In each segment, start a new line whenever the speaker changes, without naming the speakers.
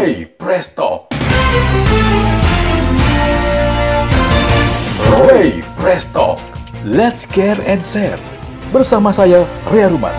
Way Presto. Way Presto. Let's care and share. Bersama saya, Rea Ruman.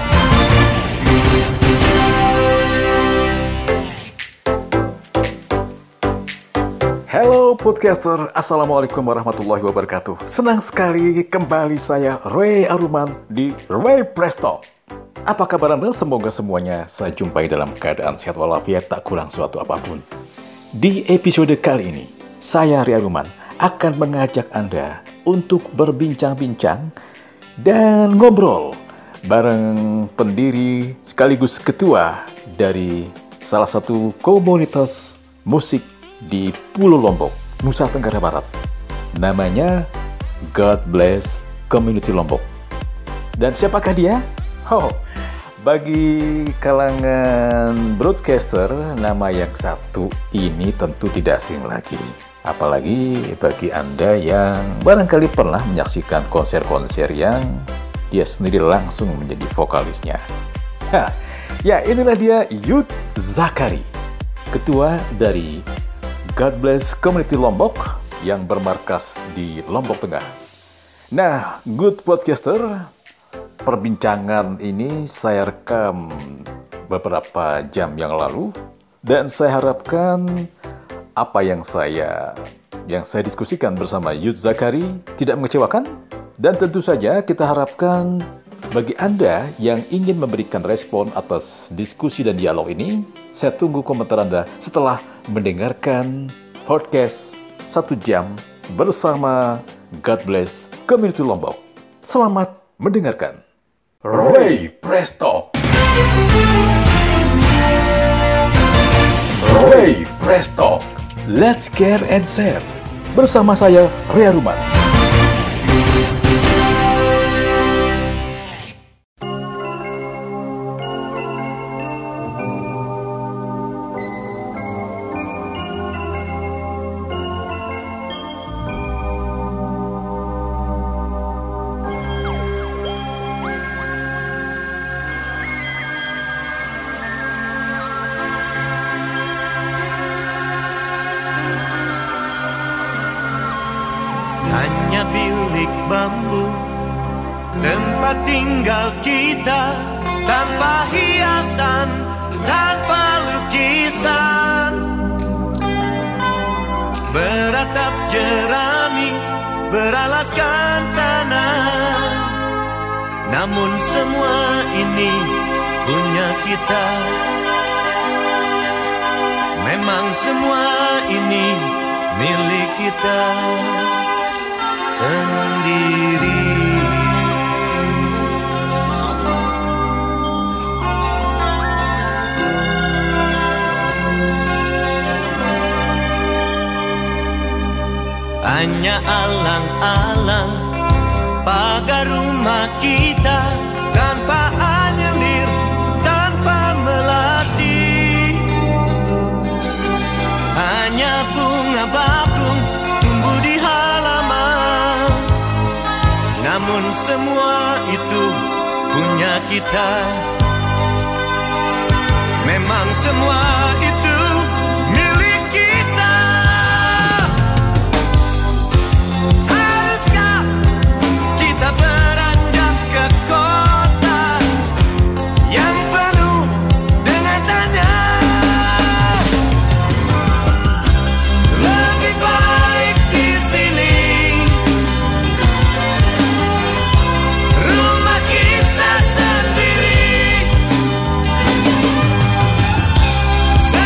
Halo podcaster, Assalamualaikum warahmatullahi wabarakatuh. Senang sekali kembali saya, Rea Ruman, di Way Presto. Apa kabar Anda? Semoga semuanya saya jumpai dalam keadaan sehat walafiat, tak kurang suatu apapun. Di episode kali ini, saya Rea Ruman akan mengajak Anda untuk berbincang-bincang dan ngobrol bareng pendiri sekaligus ketua dari salah satu komunitas musik di Pulau Lombok, Nusa Tenggara Barat. Namanya God Bless Community Lombok. Dan siapakah dia? Bagi kalangan broadcaster, nama yang satu ini tentu tidak asing lagi. Apalagi bagi Anda yang barangkali pernah menyaksikan konser-konser yang dia sendiri langsung menjadi vokalisnya. Ya, inilah dia Yud Zakari, ketua dari God Bless Community Lombok yang bermarkas di Lombok Tengah. Nah, good podcaster, perbincangan ini saya rekam beberapa jam yang lalu dan saya harapkan apa yang saya diskusikan bersama Yud Zakari tidak mengecewakan, dan tentu saja kita harapkan bagi Anda yang ingin memberikan respon atas diskusi dan dialog ini, saya tunggu komentar Anda setelah mendengarkan podcast 1 jam bersama God Bless Community Lombok. Selamat mendengarkan. Way Presto. Way Presto. Let's care and share. Bersama saya, Rea Ruman.
Hanya bilik bambu, tempat tinggal kita, tanpa hiasan, tanpa lukisan. Beratap jerami, beralaskan tanah. Namun semua ini punya kita. Memang semua ini milik kita sendiri. Hanya alang-alang pagar rumah kita, tanpa anyelir, tanpa melati. Hanya bunga bakung tumbuh di halaman. Namun semua itu punya kita. Memang semua itu milik kita. Haruskah kita beranjak ke kota yang penuh dengan tanya? Lebih baik di sini. Rumah kita sendiri.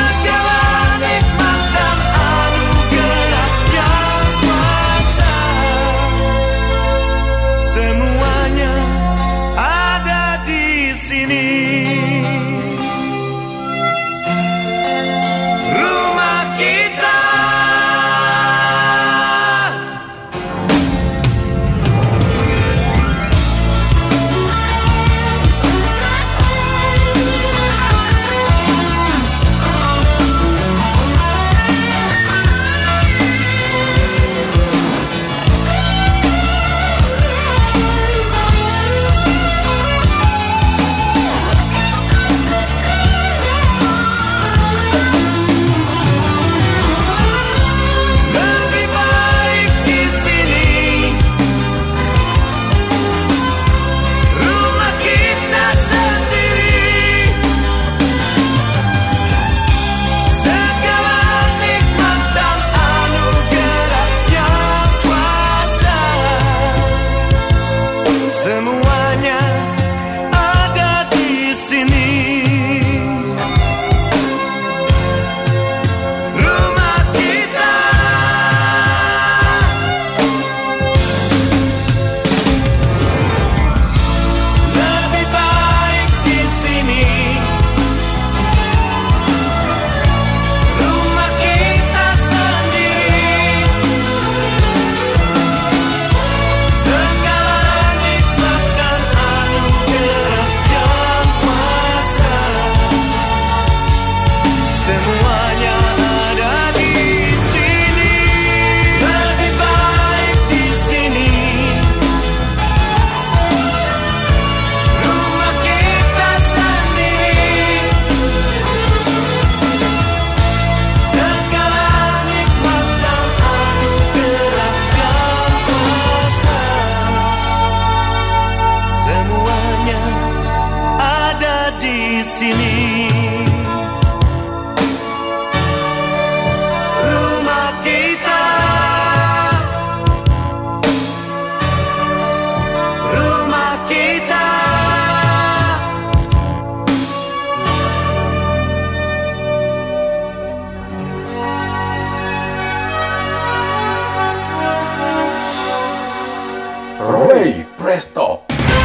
Presto.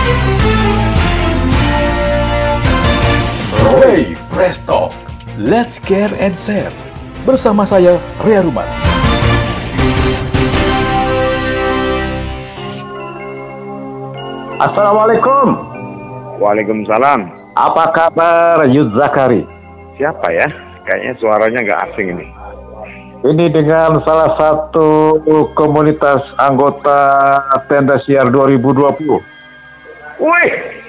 Ray Presto. Let's care and share. Bersama saya, Rea Ruman.
Assalamualaikum.
Waalaikumsalam.
Apa kabar Yud Zakari?
Siapa ya? Kayaknya suaranya nggak asing ini.
Ini dengan salah satu komunitas anggota Tenda Siar 2020.
Wih.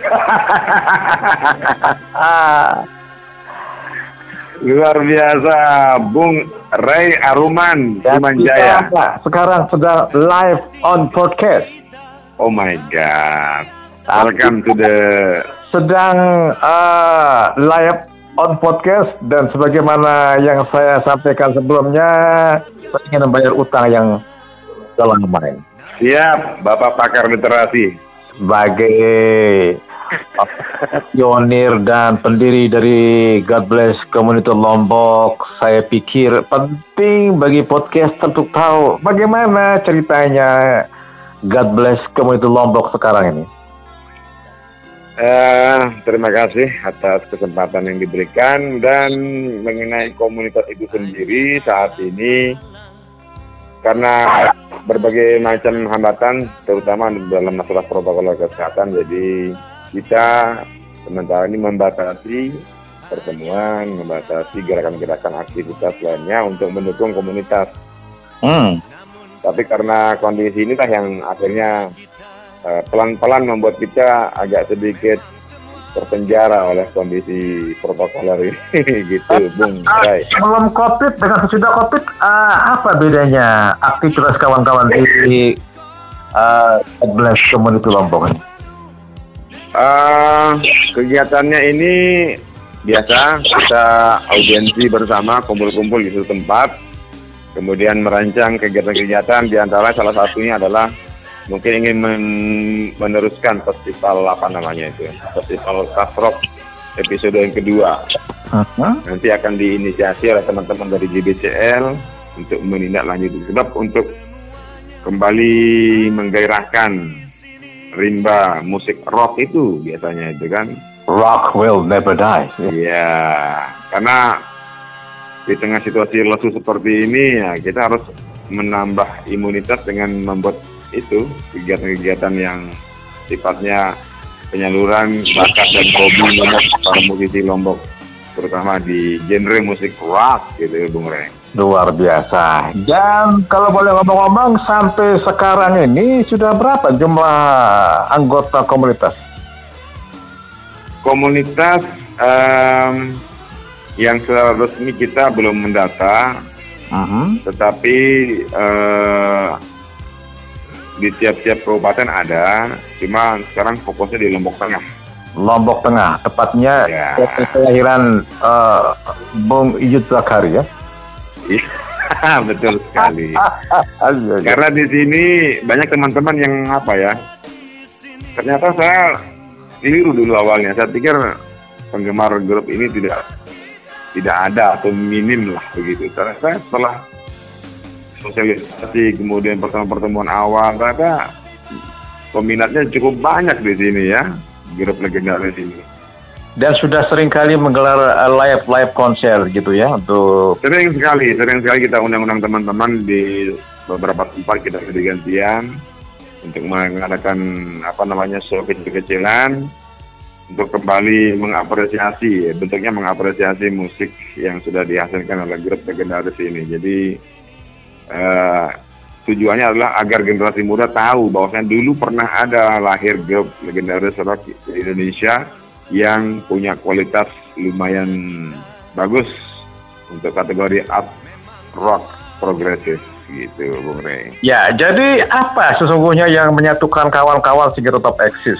Luar biasa, Bung Ray Aruman, Simanjaya.
Sekarang sedang live on podcast.
Oh my God. Welcome to the...
Sedang live on podcast, dan sebagaimana yang saya sampaikan sebelumnya, saya ingin membayar utang yang telah kemarin.
Siap, Bapak pakar literasi.
Sebagai pionir dan pendiri dari God Bless Community Lombok, saya pikir penting bagi podcast untuk tahu bagaimana ceritanya God Bless Community Lombok sekarang ini.
Terima kasih atas kesempatan yang diberikan. Dan mengenai komunitas itu sendiri saat ini, karena berbagai macam hambatan terutama dalam masalah protokol kesehatan, jadi kita sementara ini membatasi pertemuan, membatasi gerakan-gerakan aktivitas lainnya untuk mendukung komunitas. Tapi karena kondisi inilah yang akhirnya pelan-pelan membuat kita agak sedikit terpenjara oleh kondisi protokoler ini, gitu, Bung Ray.
Sebelum COVID dengan sesudah COVID, apa bedanya aktivitas kawan-kawan di God Bless Community Lombok ini?
Kegiatannya ini biasa, kita audiensi bersama, kumpul-kumpul di suatu tempat, kemudian merancang kegiatan-kegiatan. Di antara salah satunya adalah mungkin ingin meneruskan festival festival Craft Rock episode yang kedua. Nanti akan diinisiasi oleh teman-teman dari JBCL untuk menindaklanjuti, sebab untuk kembali menggairahkan rimba musik rock itu biasanya itu kan.
Rock will never die.
Iya, karena di tengah situasi lesu seperti ini ya, kita harus menambah imunitas dengan membuat itu kegiatan-kegiatan yang sifatnya penyaluran bakat dan hobi para musisi Lombok, terutama di genre musik rock gitu, Bung Ray.
Luar biasa. Dan kalau boleh ngomong-ngomong, sampai sekarang ini sudah berapa jumlah anggota komunitas?
Komunitas yang secara resmi kita belum mendata, tetapi di tiap-tiap kabupaten ada, cuma sekarang fokusnya di Lombok Tengah.
Lombok Tengah, tepatnya kelahiran Bung Yud Zakari ya?
Iya, betul sekali. Karena di sini banyak teman-teman yang ternyata saya keliru dulu awalnya. Saya pikir penggemar grup ini tidak ada atau minim lah begitu. Ternyata setelah sosialisasi, kemudian pertemuan awal, ternyata peminatnya cukup banyak di sini ya, grup legendaris ini.
Dan sudah sering kali menggelar live konser gitu ya untuk.
Sering sekali kita undang-undang teman-teman di beberapa tempat, kita bergantian untuk mengadakan show kecil-kecilan untuk kembali mengapresiasi, bentuknya mengapresiasi musik yang sudah dihasilkan oleh grup legendaris ini. Jadi tujuannya adalah agar generasi muda tahu bahwasanya dulu pernah ada lahir grup legendaris rock di Indonesia yang punya kualitas lumayan bagus untuk kategori art rock progresif gitu, Bung Ray.
Ya, jadi apa sesungguhnya yang menyatukan kawan-kawan sehingga tetap eksis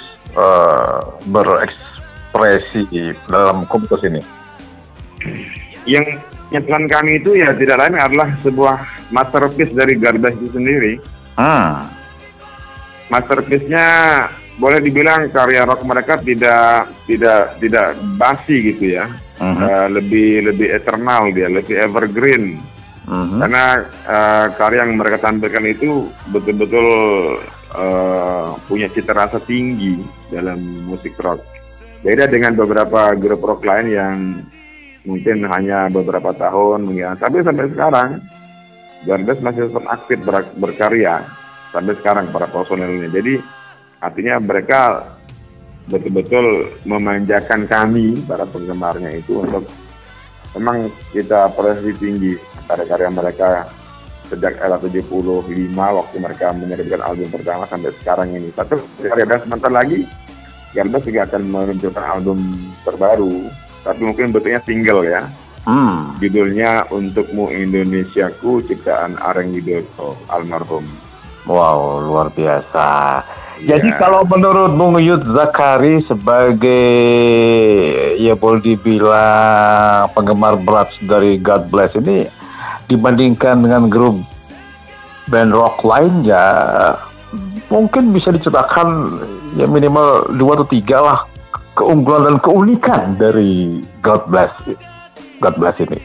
berekspresi dalam komunitas ini?
Yang menyatukan kami itu ya tidak lain adalah sebuah masterpiece dari Gardas itu sendiri. Masterpiece-nya boleh dibilang karya rock mereka tidak basi gitu ya. Lebih eternal dia, lebih evergreen. Karena karya yang mereka tampilkan itu betul-betul punya cita rasa tinggi dalam musik rock. Beda dengan beberapa grup rock lain yang mungkin hanya beberapa tahun, tapi sampai sekarang Godbless masih tetap aktif berkarya sampai sekarang para personelnya. Jadi artinya mereka betul-betul memanjakan kami para penggemarnya itu untuk memang kita apresiasi tinggi karya-karya mereka sejak era 75 waktu mereka menerbitkan album pertama sampai sekarang ini. Satu karya dan sebentar lagi Godbless juga akan meluncurkan album terbaru, tapi mungkin bentuknya single ya. Judulnya Untukmu Indonesiaku, ciptaan Areng Widodo almarhum.
Wow, luar biasa.
Ya.
Jadi kalau menurut Bung Yud Zakari sebagai ya boleh dibilang penggemar berat dari Godbless ini dibandingkan dengan grup band rock lainnya, mungkin bisa diceritakan ya minimal 2 atau 3 lah keunggulan dan keunikan dari Godbless ini.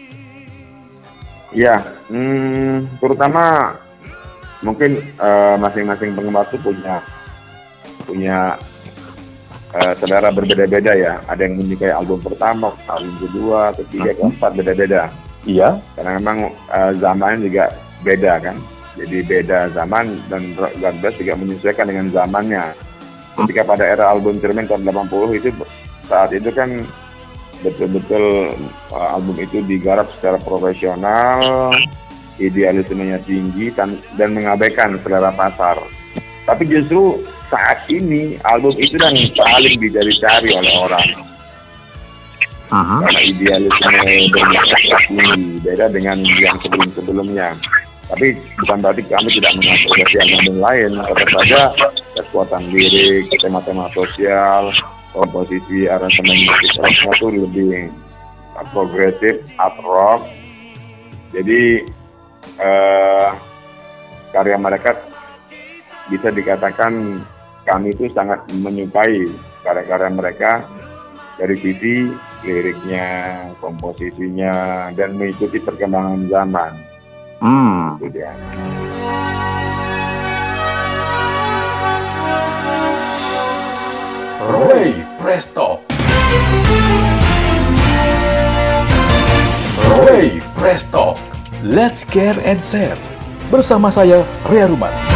Ya, terutama mungkin masing-masing penggemar itu punya selera berbeda-beda ya. Ada yang menyukai album pertama, album kedua, ketiga, keempat, beda-beda.
Iya.
Karena memang zamannya juga beda kan. Jadi beda zaman dan Godbless juga menyesuaikan dengan zamannya. Ketika pada era album Cermin tahun 80 itu, saat itu kan betul-betul album itu digarap secara profesional, idealismenya tinggi dan mengabaikan selera pasar. Tapi justru saat ini album itu yang paling dicari-cari oleh orang. Karena idealisme bermasalah tinggi, beda dengan yang sebelum-sebelumnya. Tapi bukan berarti kami tidak mengapresiasi album lain, tetap saja kekuatan lirik, tema-tema sosial, komposisi, aransemen musik rocknya itu lebih progresif, art rock. Jadi karya mereka bisa dikatakan kami itu sangat menyukai karya-karya mereka dari sisi liriknya, komposisinya, dan mengikuti perkembangan zaman. Itu dia.
Ray Presto. Ray Presto. Let's care and share. Bersama saya, Rea Ruman.